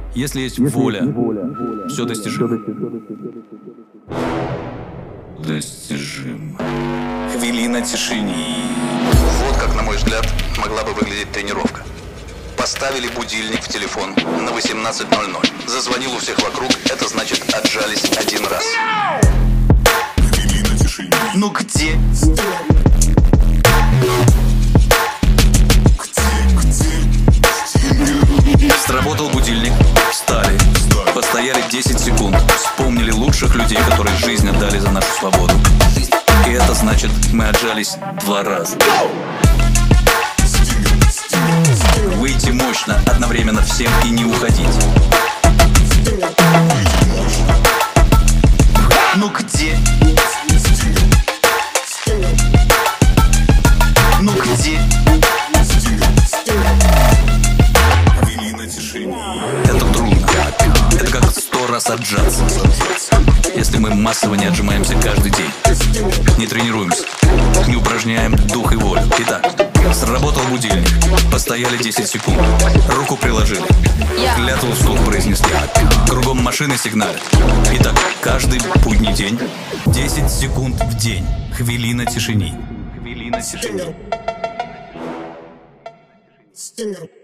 Если есть воля, все достижимо. Достижимо. Хвилина тишины. Вот как, на мой взгляд, могла бы выглядеть тренировка. Поставили будильник в телефон на 18:00. Зазвонил у всех вокруг, это значит отжались один раз. Хвилина тишины. Ну где? Сработал будильник, встали, постояли 10 секунд, вспомнили лучших людей, которые жизнь отдали за нашу свободу. И это значит, мы отжались 2 раза. Выйти мощно, одновременно всем и не уходить. Ну где? Ну где? Хвилина тишины. Это трудно. Это как 100 раз отжаться. Если мы массово не отжимаемся каждый день, не тренируемся, не упражняем дух и волю. Итак, сработал будильник, постояли 10 секунд, руку приложили, клятву вслух произнесли, кругом машины сигналят. Итак, каждый будний день 10 секунд в день. Хвилина тишины. Хвилина тишины.